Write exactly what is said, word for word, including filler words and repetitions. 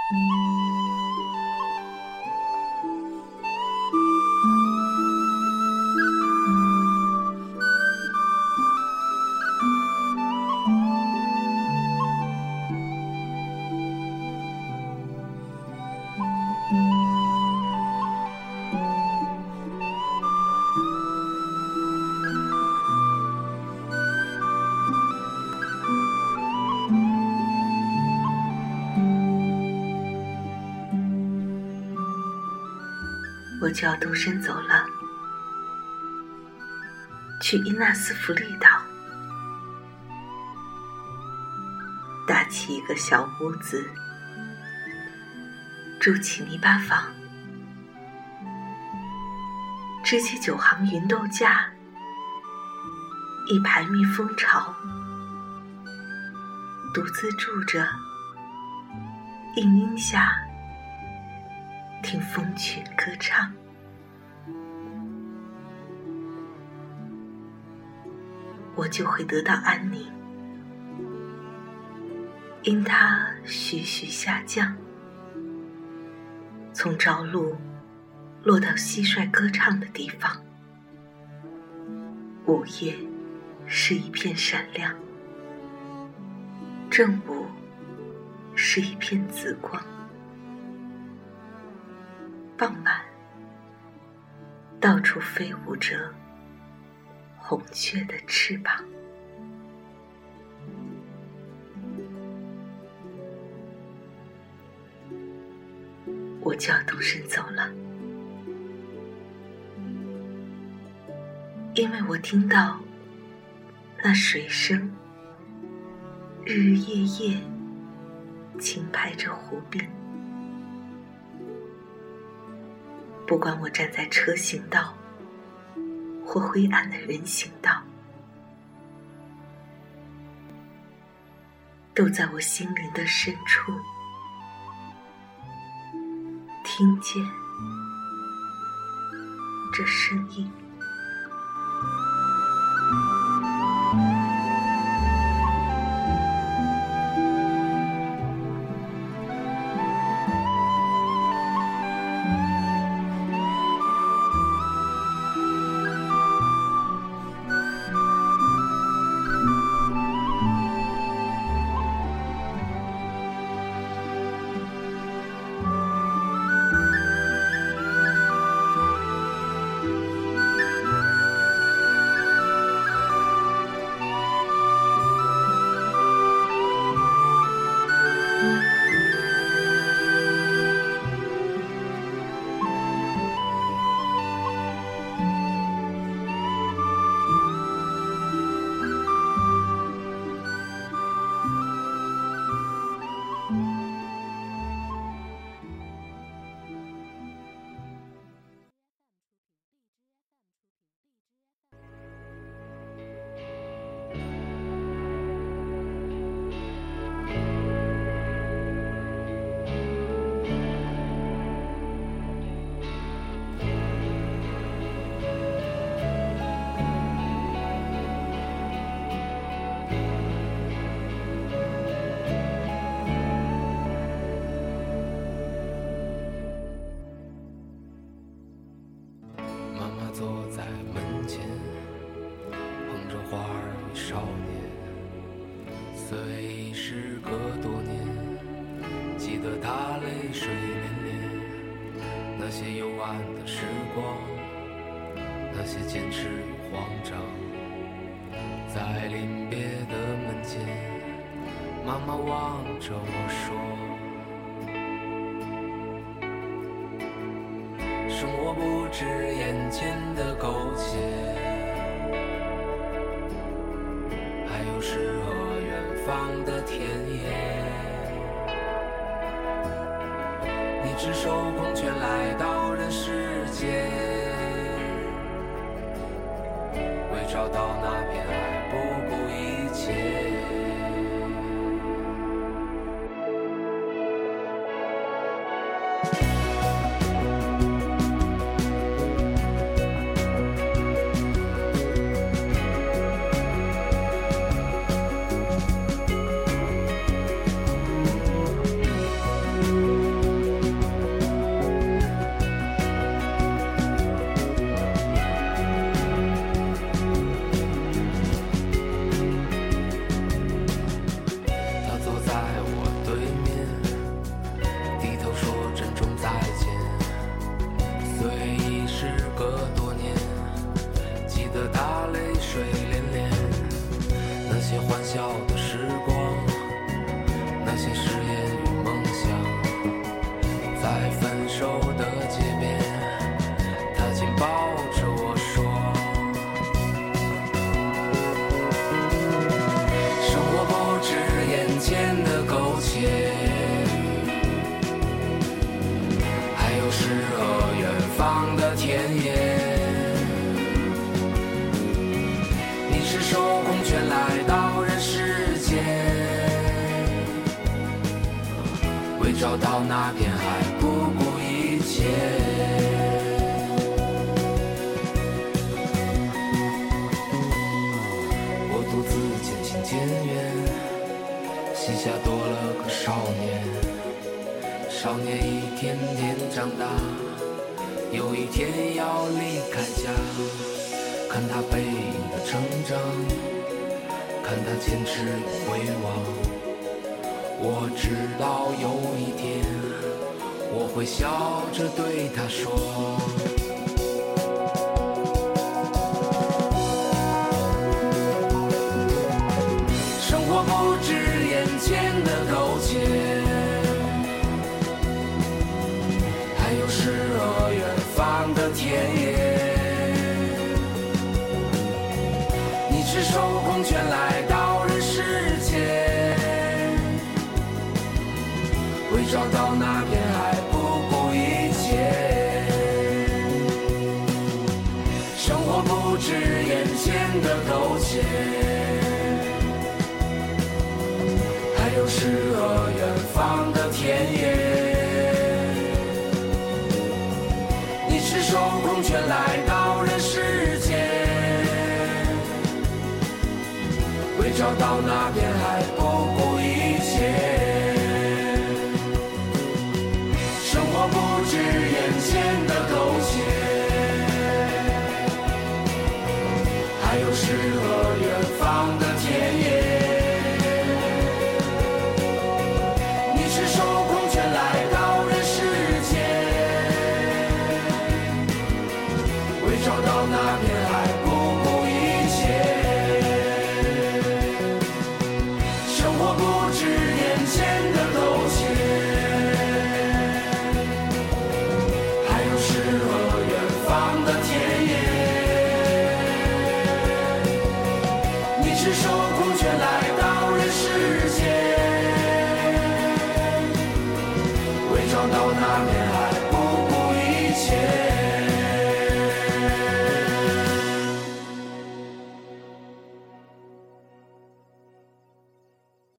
我就要动身走了，去伊纳斯弗利岛，搭起一个小屋子，筑起泥巴房，支起九行芸豆架，一排蜜蜂巢，独自住着，映荫下听蜂群歌唱。我就会得到安宁，因它徐徐下降，从朝露落到蟋蟀歌唱的地方。午夜是一片闪亮，正午是一片紫光，傍晚到处飞舞着红雀的翅膀。我就要动身走了，因为我听到那水声日日夜夜轻拍着湖边。不管我站在车行道或灰暗的人行道，都在我心灵的深处听见这声音。 少年，虽时隔多年，记得他泪水涟涟，那些幽暗的时光，那些坚持与慌张。在临别的门前，妈妈望着我说，生活不止眼前的苟且，还有诗和远方的田野。你只手空拳来到人世间，为找到那片爱不顾一切。 会找到那片海，不顾一切。我独自渐行渐远，膝下多了个少年。少年一天天长大，有一天要离开家，看他背影的成长，看他坚持回望。我知道有一天我会笑着对他说，生活不止眼前的苟且，还有诗和远方的田野。你赤手空拳来到人世间，会找到那片海，不顾一切。生活不止眼前的苟且，还有诗和远方的田野。你赤手空拳来到人世间，会找到那片海，不顾一切。不止眼前的苟且，